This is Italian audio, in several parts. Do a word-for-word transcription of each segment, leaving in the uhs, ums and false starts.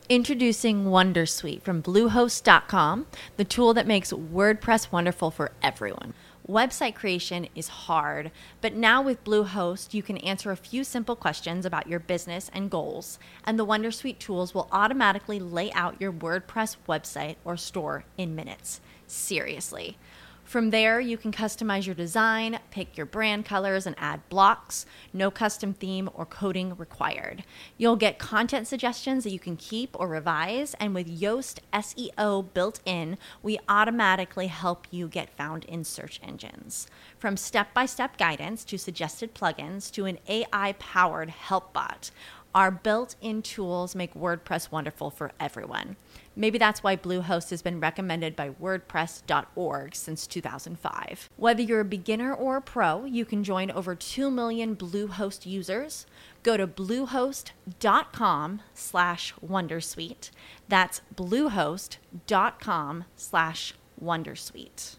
Introducing Wondersuite from Bluehost dot com, the tool that makes WordPress wonderful for everyone. Website creation is hard, but now with Bluehost, you can answer a few simple questions about your business and goals, and the Wondersuite tools will automatically lay out your WordPress website or store in minutes. Seriously. From there, you can customize your design, pick your brand colors, and add blocks. No custom theme or coding required. You'll get content suggestions that you can keep or revise, and with Yoast S E O built in, we automatically help you get found in search engines. From step-by-step guidance to suggested plugins to an A I-powered help bot, our built-in tools make WordPress wonderful for everyone. Maybe that's why Bluehost has been recommended by WordPress dot org since two thousand five. Whether you're a beginner or a pro, you can join over two million Bluehost users. Go to bluehost dot com slash wondersuite. That's bluehost dot com slash wondersuite.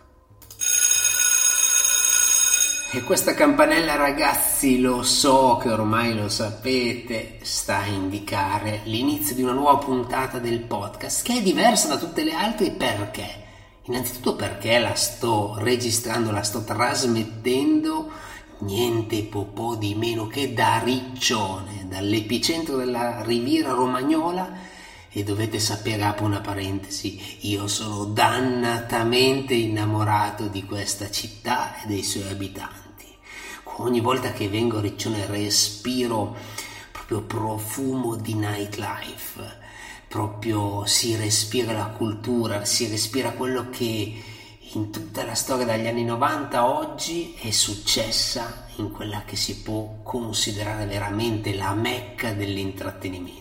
E questa campanella, ragazzi, lo so che ormai lo sapete, sta a indicare l'inizio di una nuova puntata del podcast, che è diversa da tutte le altre. Perché? Innanzitutto perché la sto registrando, la sto trasmettendo niente po' po' di meno che da Riccione, dall'epicentro della Riviera Romagnola. E dovete sapere, apro una parentesi, io sono dannatamente innamorato di questa città e dei suoi abitanti. Ogni volta che vengo a Riccione respiro proprio profumo di nightlife, proprio si respira la cultura, si respira quello che in tutta la storia dagli anni novanta a oggi è successa in quella che si può considerare veramente la mecca dell'intrattenimento.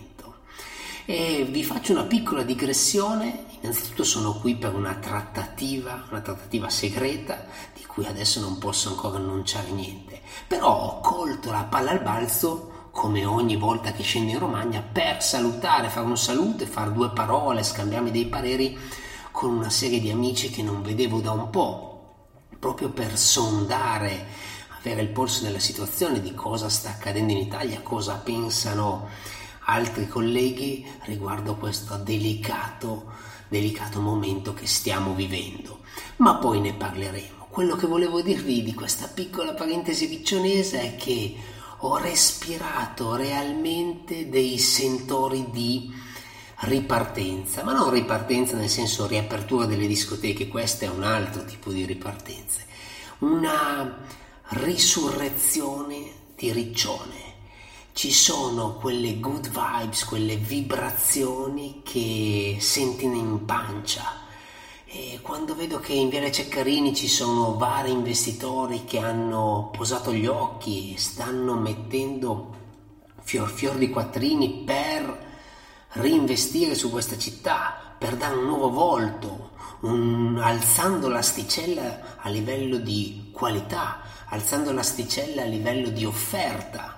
E vi faccio una piccola digressione. Innanzitutto sono qui per una trattativa, una trattativa segreta di cui adesso non posso ancora annunciare niente, però ho colto la palla al balzo come ogni volta che scendo in Romagna per salutare, fare un saluto e fare due parole, scambiarmi dei pareri con una serie di amici che non vedevo da un po', proprio per sondare, avere il polso della situazione, di cosa sta accadendo in Italia, cosa pensano altri colleghi riguardo questo delicato, delicato momento che stiamo vivendo. Ma poi ne parleremo. Quello che volevo dirvi di questa piccola parentesi riccionese è che ho respirato realmente dei sentori di ripartenza, ma non ripartenza nel senso riapertura delle discoteche, questo è un altro tipo di ripartenza, una risurrezione di Riccione. Ci sono quelle good vibes, quelle vibrazioni che senti in pancia. E quando vedo che in Viale Ceccarini ci sono vari investitori che hanno posato gli occhi e stanno mettendo fior fior di quattrini per reinvestire su questa città, per dare un nuovo volto, un, alzando l'asticella a livello di qualità, alzando l'asticella a livello di offerta,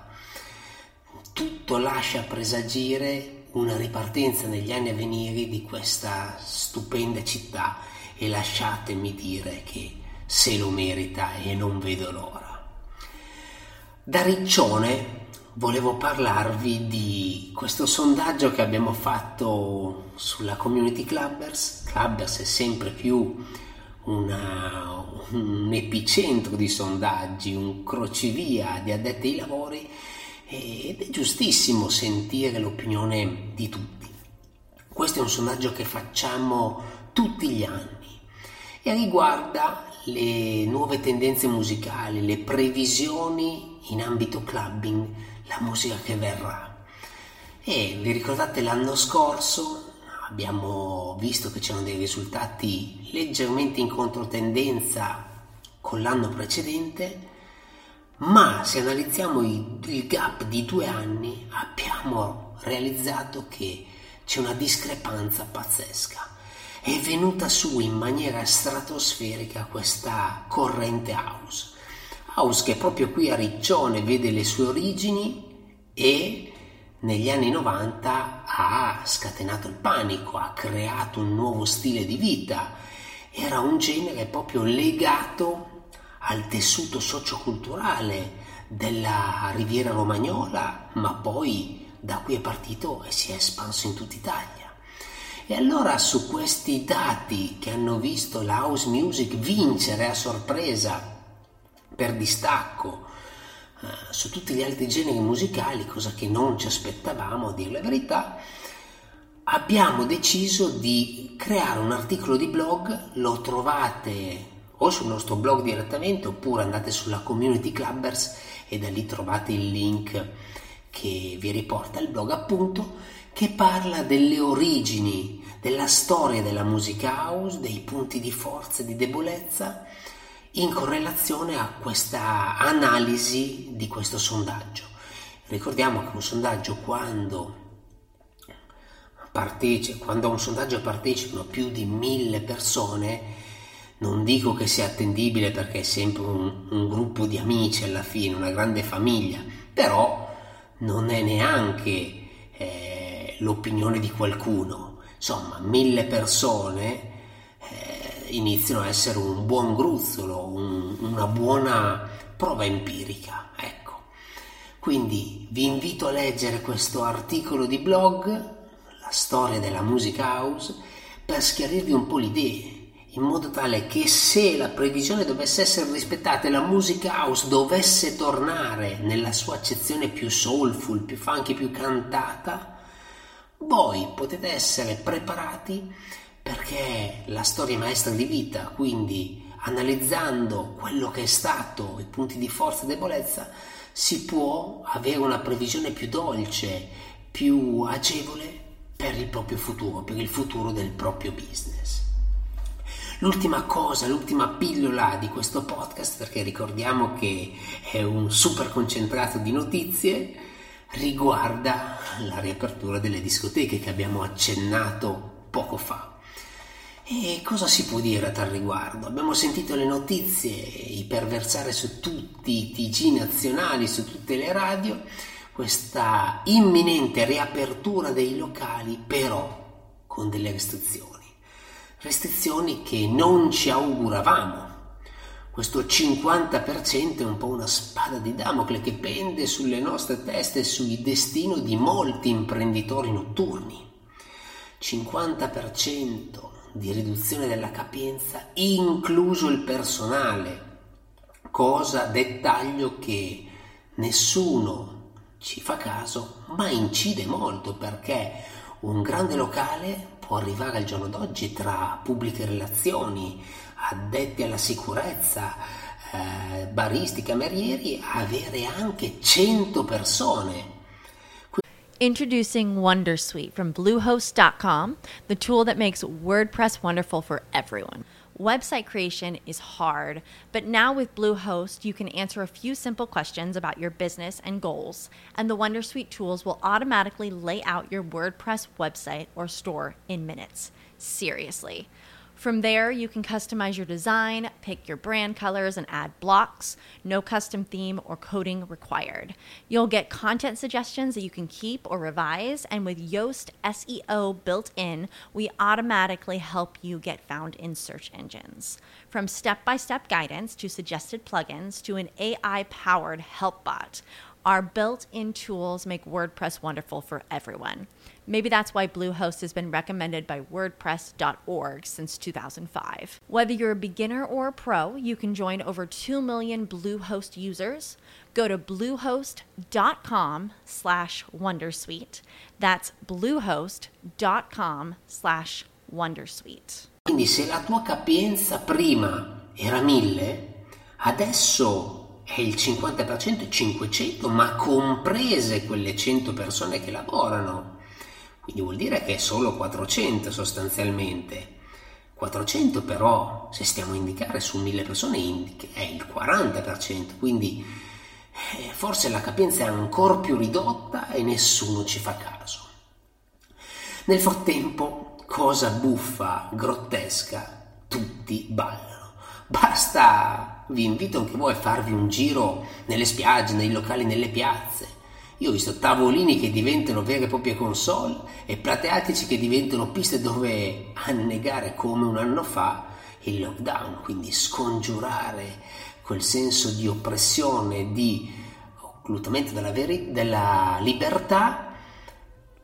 tutto lascia presagire una ripartenza negli anni a venire di questa stupenda città, e lasciatemi dire che se lo merita e non vedo l'ora. Da Riccione volevo parlarvi di questo sondaggio che abbiamo fatto sulla community Clubbers. Clubbers è sempre più una, un epicentro di sondaggi, un crocevia di addetti ai lavori, ed è giustissimo sentire l'opinione di tutti. Questo è un sondaggio che facciamo tutti gli anni e riguarda le nuove tendenze musicali, le previsioni in ambito clubbing, la musica che verrà. E vi ricordate l'anno scorso abbiamo visto che c'erano dei risultati leggermente in controtendenza con l'anno precedente, ma se analizziamo il, il gap di due anni abbiamo realizzato che c'è una discrepanza pazzesca. È venuta su in maniera stratosferica questa corrente house house che proprio qui a Riccione vede le sue origini e negli anni novanta ha scatenato il panico, ha creato un nuovo stile di vita. Era un genere proprio legato al tessuto socioculturale della Riviera Romagnola, ma poi da cui è partito e si è espanso in tutta Italia. E allora su questi dati che hanno visto la house music vincere a sorpresa per distacco eh, su tutti gli altri generi musicali, cosa che non ci aspettavamo a dire la verità, abbiamo deciso di creare un articolo di blog. Lo trovate o sul nostro blog direttamente oppure andate sulla Community Clubbers e da lì trovate il link che vi riporta al blog, appunto, che parla delle origini, della storia della musica house, dei punti di forza e di debolezza in correlazione a questa analisi di questo sondaggio. Ricordiamo che un sondaggio quando partecipa, quando a un sondaggio partecipano più di mille persone, non dico che sia attendibile perché è sempre un, un gruppo di amici alla fine, una grande famiglia, però non è neanche eh, l'opinione di qualcuno. Insomma, mille persone eh, iniziano a essere un buon gruzzolo, un, una buona prova empirica, ecco. Quindi vi invito a leggere questo articolo di blog, la storia della musica house, per schiarirvi un po' le idee, in modo tale che se la previsione dovesse essere rispettata e la musica house dovesse tornare nella sua accezione più soulful, più funky, più cantata, voi potete essere preparati, perché la storia è maestra di vita, quindi analizzando quello che è stato, i punti di forza e debolezza, si può avere una previsione più dolce, più agevole per il proprio futuro, per il futuro del proprio business. L'ultima cosa, l'ultima pillola di questo podcast, perché ricordiamo che è un super concentrato di notizie, riguarda la riapertura delle discoteche che abbiamo accennato poco fa. E cosa si può dire a tal riguardo? Abbiamo sentito le notizie iperversare su tutti i T G nazionali, su tutte le radio, questa imminente riapertura dei locali, però con delle restrizioni. Restrizioni che non ci auguravamo. Questo cinquanta per cento è un po' una spada di Damocle che pende sulle nostre teste e sul destino di molti imprenditori notturni. cinquanta per cento di riduzione della capienza, incluso il personale. Cosa, dettaglio che nessuno ci fa caso, ma incide molto, perché un grande locale può arrivare al giorno d'oggi, tra pubbliche relazioni, addetti alla sicurezza, eh, baristi, camerieri, a avere anche cento persone. Introducing Wondersuite from Bluehost dot com, the tool that makes WordPress wonderful for everyone. Website creation is hard, but now with Bluehost, you can answer a few simple questions about your business and goals, and the Wondersuite tools will automatically lay out your WordPress website or store in minutes. Seriously. From there, you can customize your design, pick your brand colors, and add blocks. No custom theme or coding required. You'll get content suggestions that you can keep or revise, and with Yoast S E O built in, we automatically help you get found in search engines. From step-by-step guidance to suggested plugins to an A I-powered help bot, our built-in tools make WordPress wonderful for everyone. Maybe that's why Bluehost has been recommended by WordPress dot org since two thousand five. Whether you're a beginner or a pro, you can join over two million Bluehost users. Go to bluehost.com slash Wondersuite. That's bluehost.com slash Wondersuite. Quindi se la tua capienza prima era mille, adesso è il cinquanta per cento, è cinquecento, ma comprese quelle cento persone che lavorano. Quindi vuol dire che è solo quattrocento sostanzialmente. quattrocento però, se stiamo a indicare su mille persone, indica, è il quaranta per cento, quindi eh, forse la capienza è ancora più ridotta e nessuno ci fa caso. Nel frattempo, cosa buffa, grottesca, tutti ballano. Basta, vi invito anche voi a farvi un giro nelle spiagge, nei locali, nelle piazze. Io ho visto tavolini che diventano vere e proprie console e plateatici che diventano piste dove annegare come un anno fa il lockdown, quindi scongiurare quel senso di oppressione, di occlutamento della, veri- della libertà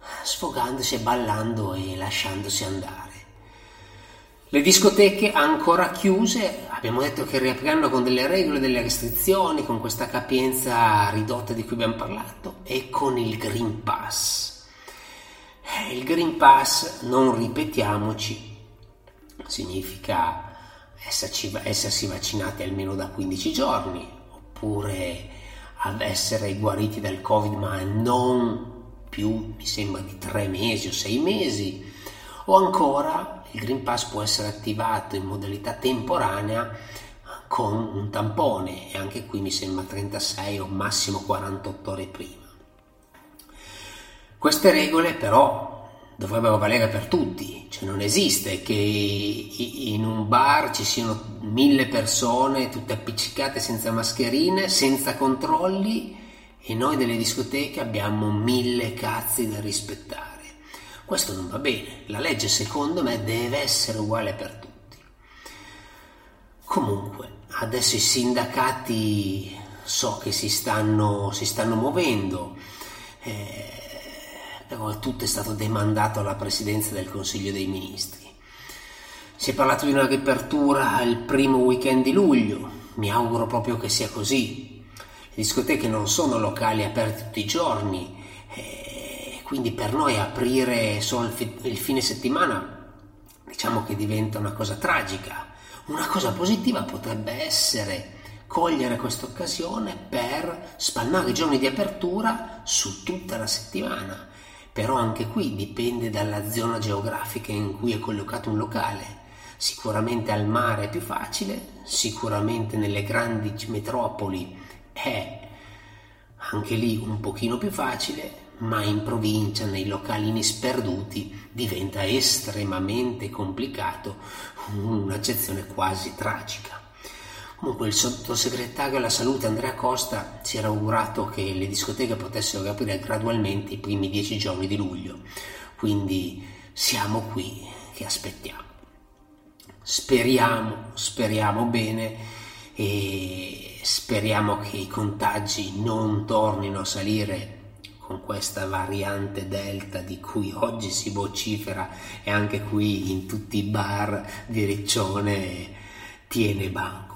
sfogandosi e ballando e lasciandosi andare. Le discoteche ancora chiuse, abbiamo detto che riapriranno con delle regole, delle restrizioni, con questa capienza ridotta di cui abbiamo parlato e con il Green Pass. Il Green Pass, non ripetiamoci, significa esserci, essersi vaccinati almeno da quindici giorni, oppure essere guariti dal Covid ma non più, mi sembra, di tre mesi o sei mesi, o ancora il Green Pass può essere attivato in modalità temporanea con un tampone, e anche qui mi sembra trentasei o massimo quarantotto ore prima. Queste regole però dovrebbero valere per tutti, cioè non esiste che in un bar ci siano mille persone tutte appiccicate senza mascherine, senza controlli, e noi delle discoteche abbiamo mille cazzi da rispettare. Questo non va bene, la legge secondo me deve essere uguale per tutti. Comunque, adesso i sindacati so che si stanno, si stanno muovendo, eh, però tutto è stato demandato alla Presidenza del Consiglio dei Ministri. Si è parlato di una riapertura il primo weekend di luglio, mi auguro proprio che sia così. Le discoteche non sono locali aperti tutti i giorni, eh, quindi per noi aprire solo il fine settimana diciamo che diventa una cosa tragica. Una cosa positiva potrebbe essere cogliere questa occasione per spalmare i giorni di apertura su tutta la settimana, però anche qui dipende dalla zona geografica in cui è collocato un locale. Sicuramente al mare è più facile, sicuramente nelle grandi metropoli è anche lì un pochino più facile, ma in provincia, nei localini sperduti, diventa estremamente complicato, un'accezione quasi tragica. Comunque il sottosegretario alla salute Andrea Costa si era augurato che le discoteche potessero riaprire gradualmente i primi dieci giorni di luglio, quindi siamo qui che aspettiamo. Speriamo, speriamo bene e speriamo che i contagi non tornino a salire con questa variante Delta di cui oggi si vocifera, e anche qui in tutti i bar di Riccione tiene banco.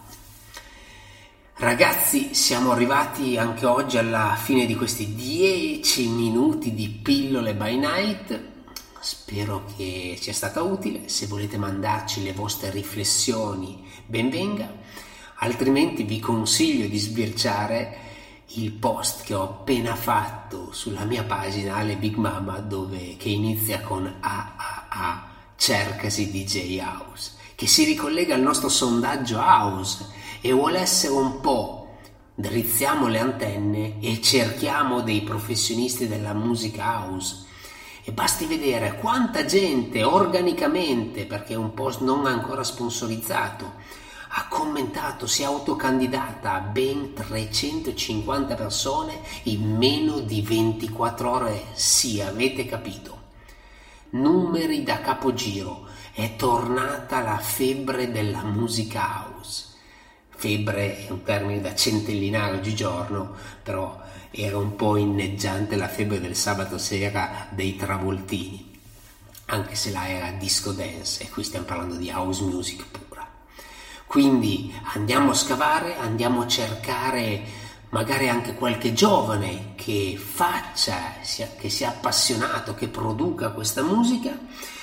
Ragazzi, siamo arrivati anche oggi alla fine di questi dieci minuti di pillole by night. Spero che sia stata utile. Se volete mandarci le vostre riflessioni, ben venga, altrimenti vi consiglio di sbirciare il post che ho appena fatto sulla mia pagina Ale Big Mama, dove che inizia con A A A cercasi D J House, che si ricollega al nostro sondaggio House e vuole essere un po' drizziamo le antenne e cerchiamo dei professionisti della musica house. E basti vedere quanta gente organicamente, perché è un post non ancora sponsorizzato, ha commentato, si è autocandidata a ben trecentocinquanta persone in meno di ventiquattro ore. Sì, avete capito. Numeri da capogiro. È tornata la febbre della musica house. Febbre è un termine da centellinare oggigiorno, però era un po' inneggiante la febbre del sabato sera dei Travoltini, anche se là era disco dance e qui stiamo parlando di house music pura. Quindi andiamo a scavare, andiamo a cercare magari anche qualche giovane che faccia, che sia appassionato, che produca questa musica,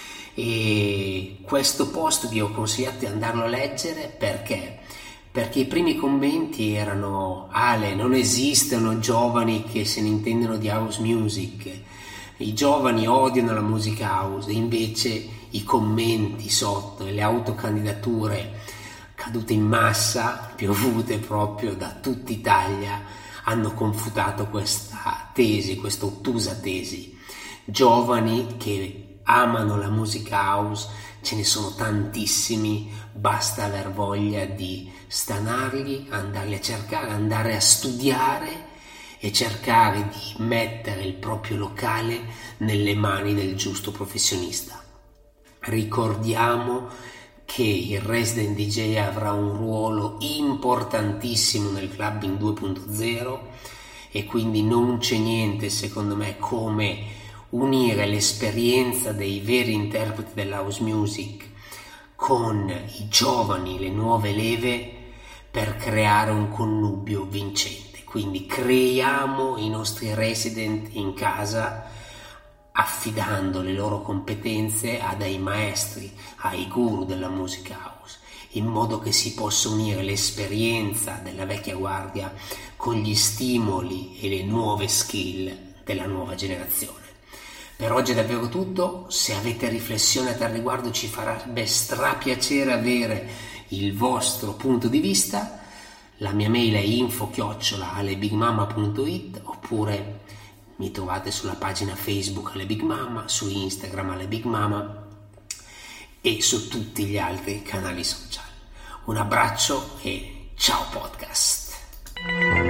e questo post vi ho consigliato di andarlo a leggere perché perché i primi commenti erano: Ale, non esistono giovani che se ne intendono di house music, i giovani odiano la musica house. E invece i commenti sotto e le autocandidature cadute in massa, piovute proprio da tutta Italia, hanno confutato questa tesi, questa ottusa tesi. Giovani che amano la musica house ce ne sono tantissimi, basta aver voglia di stanarli, andarli a cercare, andare a studiare e cercare di mettere il proprio locale nelle mani del giusto professionista. Ricordiamo che il resident D J avrà un ruolo importantissimo nel clubbing due punto zero e quindi non c'è niente secondo me come unire l'esperienza dei veri interpreti dell'house music con i giovani, le nuove leve, per creare un connubio vincente. Quindi creiamo i nostri resident in casa, affidando le loro competenze a dei maestri, ai guru della musica house, in modo che si possa unire l'esperienza della vecchia guardia con gli stimoli e le nuove skill della nuova generazione. Per oggi è davvero tutto. Se avete riflessioni a tal riguardo ci farebbe strapiacere avere il vostro punto di vista. La mia mail è info chiocciola alebigmamma punto it, oppure mi trovate sulla pagina Facebook Ale Big Mama, su Instagram Ale Big Mama e su tutti gli altri canali social. Un abbraccio e ciao podcast!